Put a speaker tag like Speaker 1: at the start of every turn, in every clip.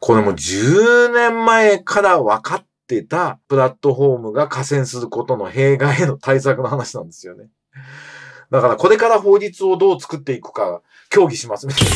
Speaker 1: これも10年前から分かってたプラットフォームが寡占することの弊害への対策の話なんですよね。だからこれから法律をどう作っていくか協議しますみたいな。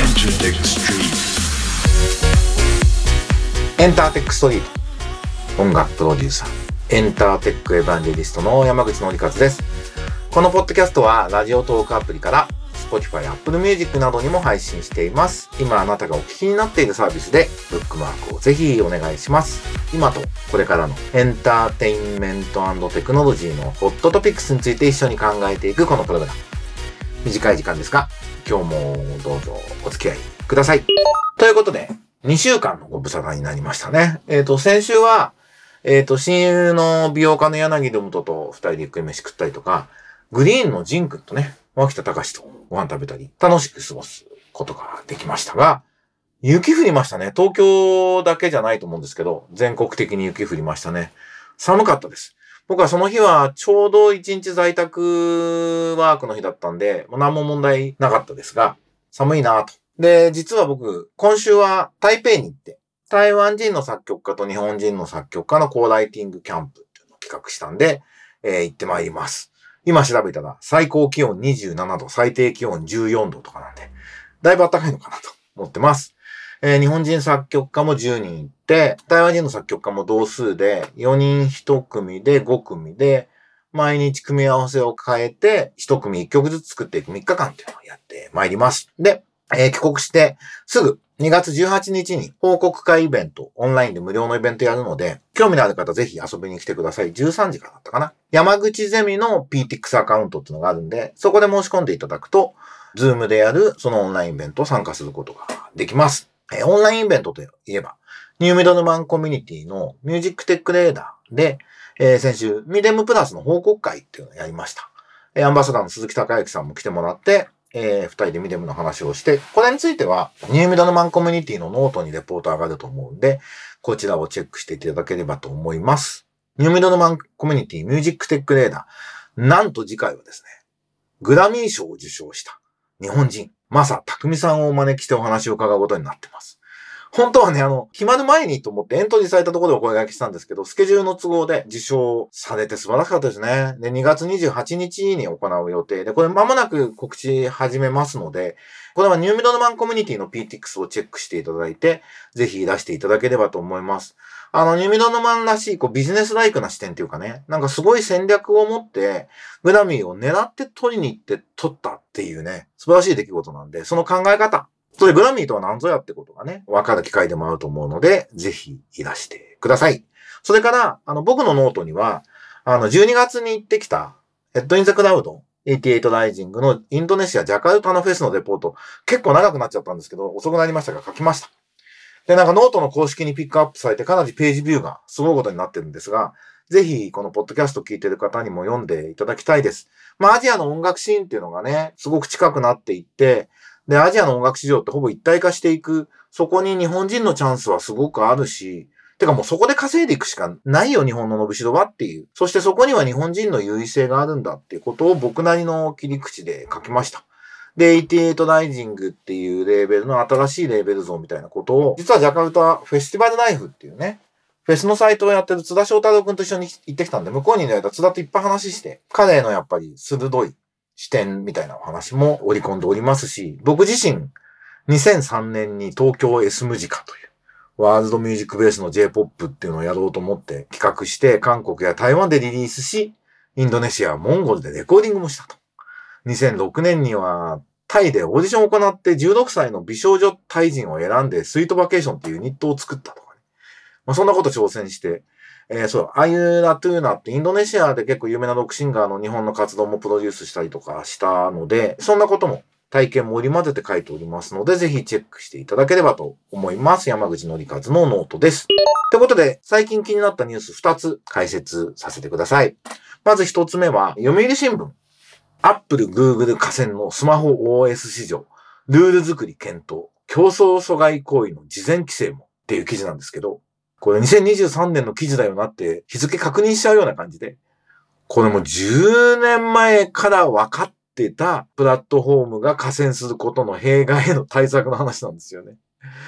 Speaker 1: エンターテックストリート。音楽プロデューサー。エンターテックエヴァンジェリストの山口紀一です。このポッドキャストはラジオトークアプリから Spotify、Apple Music などにも配信しています。今あなたがお聞きになっているサービスでブックマークをぜひお願いします。今とこれからのエンターテインメント&テクノロジーのホットトピックスについて一緒に考えていくこのプログラム。短い時間ですが、今日もどうぞお付き合いください。ということで、2週間のご無沙汰になりましたね。先週は、親友の美容家の柳ルムトと2人でゆっくり飯食ったりとか、グリーンのジン君とね、脇田隆とご飯食べたり、楽しく過ごすことができましたが、雪降りましたね。東京だけじゃないと思うんですけど、全国的に雪降りましたね。寒かったです。僕はその日はちょうど1日在宅ワークの日だったんで、何も問題なかったですが、寒いなぁと。で、実は僕、今週は台北に行って、台湾人の作曲家と日本人の作曲家のコーライティングキャンプっていうのを企画したんで、行ってまいります。今調べたら最高気温27度、最低気温14度とかなんで、だいぶ暖かいのかなと思ってます。日本人作曲家も10人いて、台湾人の作曲家も同数で、4人1組で5組で、毎日組み合わせを変えて、1組1曲ずつ作っていく3日間っていうのをやってまいります。で、帰国してすぐ2月18日に報告会イベント、オンラインで無料のイベントやるので、興味のある方ぜひ遊びに来てください。13時からだったかな。山口ゼミの PTX アカウントっていうのがあるんで、そこで申し込んでいただくと、Zoom でやるそのオンラインイベントを参加することができます。オンラインイベントといえば、ニューミドルマンコミュニティのミュージックテックレーダーで、先週、ミデムプラスの報告会っていうのをやりました。アンバサダーの鈴木孝之さんも来てもらって、二人でミデムの話をして、これについては、ニューミドルマンコミュニティのノートにレポート上がると思うんで、こちらをチェックしていただければと思います。ニューミドルマンコミュニティミュージックテックレーダー。なんと次回はですね、グラミー賞を受賞した日本人、マサ・タクミさんをお招きしてお話を伺うことになってます。本当はね、決まる前にと思ってエントリーされたところでお声掛けしたんですけど、スケジュールの都合で受賞されて素晴らしかったですね。で、2月28日に行う予定で、これ間もなく告知始めますので、これはニューミドルマンコミュニティの PTX をチェックしていただいて、ぜひ出していただければと思います。ニューミドルマンらしい、ビジネスライクな視点というかね、なんかすごい戦略を持って、グラミーを狙って取りに行って取ったっていうね、素晴らしい出来事なんで、その考え方、それグラミーとは何ぞやってことがね、分かる機会でもあると思うので、ぜひいらしてください。それから、僕のノートには、12月に行ってきた、ヘッドインザクラウド88ライジングのインドネシアジャカルタのフェスのレポート、結構長くなっちゃったんですけど、遅くなりましたが書きました。で、なんかノートの公式にピックアップされてかなりページビューがすごいことになってるんですが、ぜひこのポッドキャスト聞いてる方にも読んでいただきたいです。アジアの音楽シーンっていうのがね、すごく近くなっていって、で、アジアの音楽市場ってほぼ一体化していく。そこに日本人のチャンスはすごくあるし、てかもうそこで稼いでいくしかないよ、日本の伸びしろはっていう。そしてそこには日本人の優位性があるんだっていうことを僕なりの切り口で書きました。で、88ライジングっていうレーベルの新しいレーベル像みたいなことを、実はジャカルタフェスティバルライフっていうね、フェスのサイトをやってる津田翔太郎くんと一緒に行ってきたんで、向こうにいる間津田といっぱい話して、彼のやっぱり鋭い視点みたいなお話も織り込んでおりますし、僕自身2003年に東京 S ムジカというワールドミュージックベースの J-POP っていうのをやろうと思って企画して韓国や台湾でリリースし、インドネシア、モンゴルでレコーディングもしたと。2006年にはタイでオーディションを行って16歳の美少女タイ人を選んでスイートバケーションっていうユニットを作ったとかね。そんなこと挑戦して、アユラトゥーナってインドネシアで結構有名なロックシンガーの日本の活動もプロデュースしたりとかしたので、そんなことも体験も織り交ぜて書いておりますので、ぜひチェックしていただければと思います。山口のりかずのノートです。ということで、最近気になったニュース2つ解説させてください。まず1つ目は、読売新聞。Apple、Google 寡占のスマホ OS 市場。ルール作り検討。競争阻害行為の事前規制もっていう記事なんですけど、これ2023年の記事だよなって日付確認しちゃうような感じで、これも10年前から分かってたプラットフォームが寡占することの弊害への対策の話なんですよね。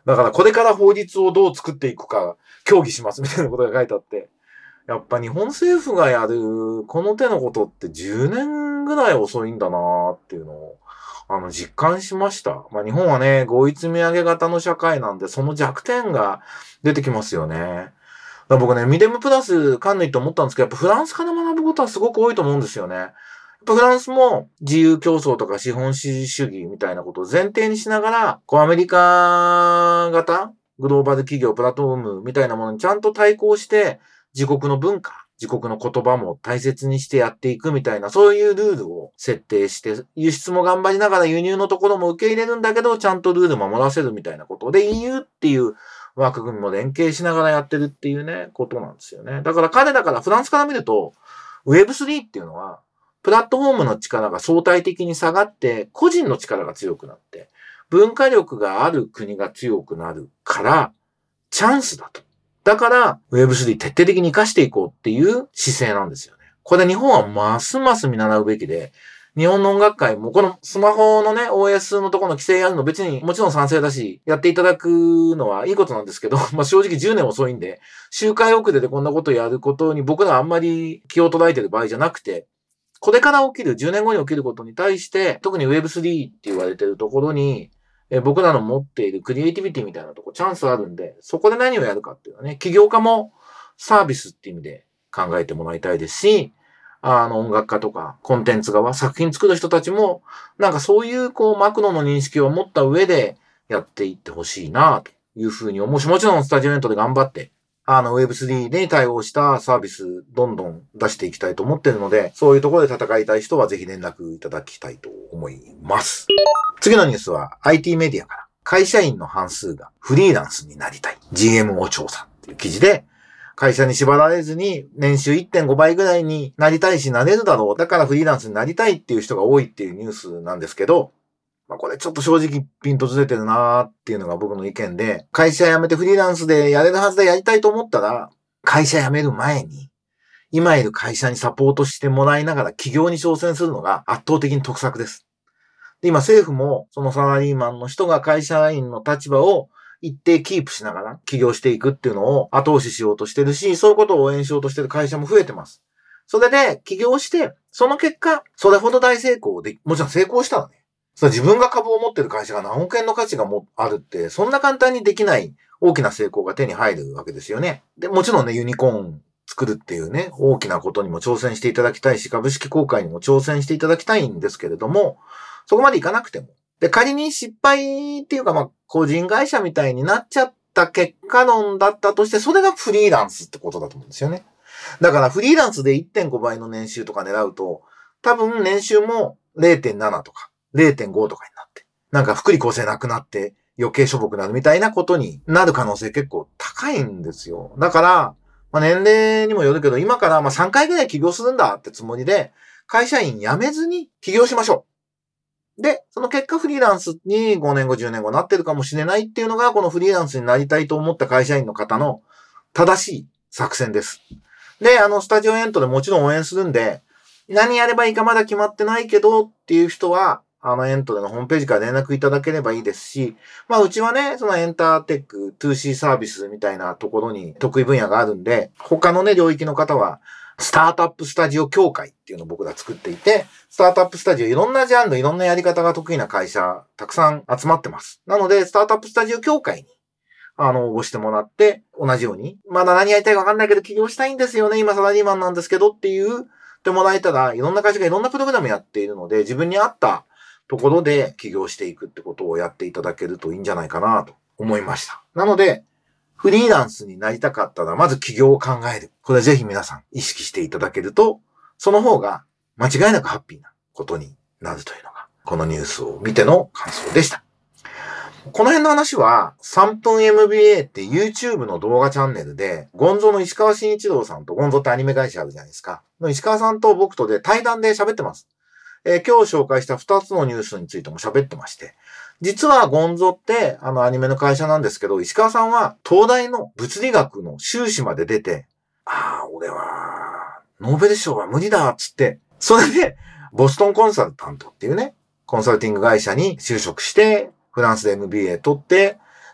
Speaker 1: だからこれから法律をどう作っていくか協議しますみたいなことが書いてあって、やっぱ日本政府がやるこの手のことって10年ぐらい遅いんだなーっていうのを、実感しました。日本はね、合意積み上げ型の社会なんで、その弱点が出てきますよね。だから僕ね、ミデムプラス関連と思ったんですけど、やっぱフランスから学ぶことはすごく多いと思うんですよね。やっぱフランスも自由競争とか資本主義主義みたいなことを前提にしながら、アメリカ型グローバル企業プラットフォームみたいなものにちゃんと対抗して、自国の文化、自国の言葉も大切にしてやっていくみたいな、そういうルールを設定して、輸出も頑張りながら輸入のところも受け入れるんだけど、ちゃんとルール守らせるみたいなことで、EU っていう枠組みも連携しながらやってるっていうね、ことなんですよね。だからフランスから見ると、Web3 っていうのは、プラットフォームの力が相対的に下がって、個人の力が強くなって、文化力がある国が強くなるから、チャンスだと。だから、Web3 徹底的に活かしていこうっていう姿勢なんですよね。これ日本はますます見習うべきで、日本の音楽界もこのスマホのね、OS のところの規制やるの別にもちろん賛成だし、やっていただくのはいいことなんですけど、正直10年遅いんで、周回遅れでこんなことやることに僕らあんまり気を捉えてる場合じゃなくて、これから起きる、10年後に起きることに対して、特に Web3 って言われてるところに、僕らの持っているクリエイティビティみたいなとこチャンスあるんで、そこで何をやるかっていうのはね、起業家もサービスっていう意味で考えてもらいたいですし、音楽家とかコンテンツ側、作品作る人たちも、なんかそういうマクロの認識を持った上でやっていってほしいなというふうに思うし、もちろんスタジオエントで頑張って、Web3 に対応したサービスどんどん出していきたいと思っているので、そういうところで戦いたい人はぜひ連絡いただきたいと思います。次のニュースは IT メディアから、会社員の半数がフリーランスになりたい GMO 調査っていう記事で、会社に縛られずに年収 1.5 倍ぐらいになりたいしなれるだろう。だからフリーランスになりたいっていう人が多いっていうニュースなんですけど、これちょっと正直ピンとずれてるなーっていうのが僕の意見で、会社辞めてフリーランスでやれるはずでやりたいと思ったら、会社辞める前に、今いる会社にサポートしてもらいながら起業に挑戦するのが圧倒的に得策です。で、今政府もそのサラリーマンの人が会社員の立場を一定キープしながら起業していくっていうのを後押ししようとしてるし、そういうことを応援しようとしてる会社も増えてます。それで起業して、その結果、それほど大成功で、もちろん成功したらね、自分が株を持ってる会社が何億円の価値があるって、そんな簡単にできない大きな成功が手に入るわけですよね。で、もちろんね、ユニコーン作るっていうね、大きなことにも挑戦していただきたいし、株式公開にも挑戦していただきたいんですけれども、そこまでいかなくても。で、仮に失敗っていうか、個人会社みたいになっちゃった結果論だったとして、それがフリーランスってことだと思うんですよね。だからフリーランスで 1.5 倍の年収とか狙うと、多分年収も 0.7 とか 0.5 とかになって、なんか福利厚生なくなって余計しょぼくなるみたいなことになる可能性結構高いんですよ。だから、年齢にもよるけど、今から3回ぐらい起業するんだってつもりで、会社員辞めずに起業しましょう。で、その結果フリーランスに5年後、10年後なってるかもしれないっていうのが、このフリーランスになりたいと思った会社員の方の正しい作戦です。で、スタジオエントでもちろん応援するんで、何やればいいかまだ決まってないけどっていう人は、エントでのホームページから連絡いただければいいですし、うちはね、そのエンターテック、2C サービスみたいなところに得意分野があるんで、他のね、領域の方は、スタートアップスタジオ協会っていうのを僕ら作っていて、スタートアップスタジオいろんなジャンル、いろんなやり方が得意な会社、たくさん集まってます。なので、スタートアップスタジオ協会に、応募してもらって、同じように、まだ何やりたいか分かんないけど起業したいんですよね、今サラリーマンなんですけどっていうってもらえたら、いろんな会社がいろんなプログラムやっているので、自分に合ったところで起業していくってことをやっていただけるといいんじゃないかなと思いました。なので、フリーランスになりたかったら、まず起業を考える。これぜひ皆さん意識していただけると、その方が間違いなくハッピーなことになるというのが、このニュースを見ての感想でした。この辺の話は、3分 MBA って YouTube の動画チャンネルで、ゴンゾの石川慎一郎さんと、ゴンゾってアニメ会社あるじゃないですか。の石川さんと僕とで対談で喋ってます。今日紹介した2つのニュースについても喋ってまして、実はゴンゾってアニメの会社なんですけど、石川さんは東大の物理学の修士まで出て、俺はノーベル賞は無理だっつって、それでボストンコンサルタントっていうね、コンサルティング会社に就職して、フランスで MBA 取って、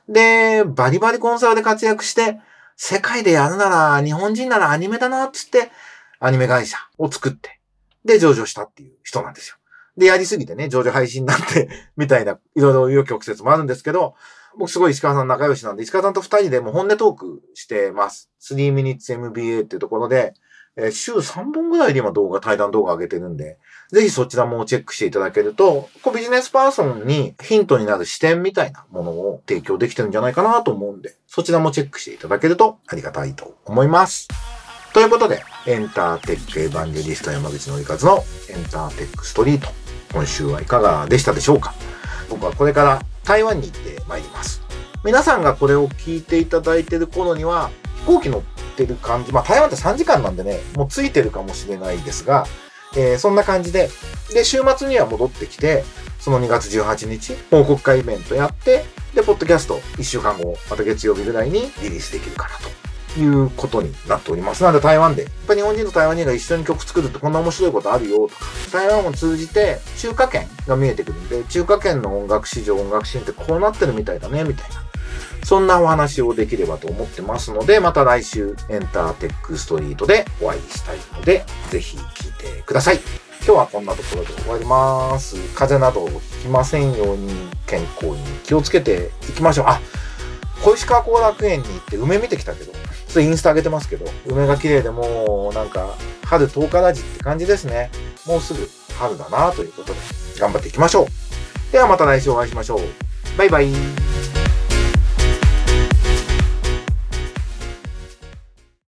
Speaker 1: で、バリバリコンサルで活躍して、世界でやるなら、日本人ならアニメだなっつって、アニメ会社を作って、で、上場したっていう人なんですよ。で、やりすぎてね、上場廃止になって、みたいな、いろいろ紆余曲折もあるんですけど、僕すごい石川さん仲良しなんで、石川さんと二人でもう本音トークしてます。3 minutes MBA っていうところで、週3本ぐらいで今対談動画上げてるんで、ぜひそちらもチェックしていただけると、ビジネスパーソンにヒントになる視点みたいなものを提供できてるんじゃないかなと思うんで、そちらもチェックしていただけるとありがたいと思います。ということで、エンターテックエヴァンジェリスト山口のりかずのエンターテックストリート。今週はいかがでしたでしょうか？僕はこれから台湾に行ってまいります。皆さんがこれを聞いていただいている頃には飛行機乗ってる感じ、台湾って3時間なんでね、もうついてるかもしれないですが、そんな感じで、週末には戻ってきて、その2月18日、報告会イベントやって、で、ポッドキャスト1週間後、また月曜日ぐらいにリリースできるかなということになっております。なので台湾で、やっぱ日本人と台湾人が一緒に曲作るってこんな面白いことあるよとか、台湾を通じて中華圏が見えてくるんで、中華圏の音楽市場、音楽シーンってこうなってるみたいだね、みたいな。そんなお話をできればと思ってますので、また来週エンターテックストリートでお会いしたいので、ぜひ聞いてください。今日はこんなところで終わります。風邪などをひきませんように健康に気をつけていきましょう。小石川後楽園に行って梅見てきたけど、それインスタ上げてますけど、梅が綺麗でもうなんか春10日ラジって感じですね。もうすぐ春だなということで頑張っていきましょう。ではまた来週お会いしましょう。バイバイ。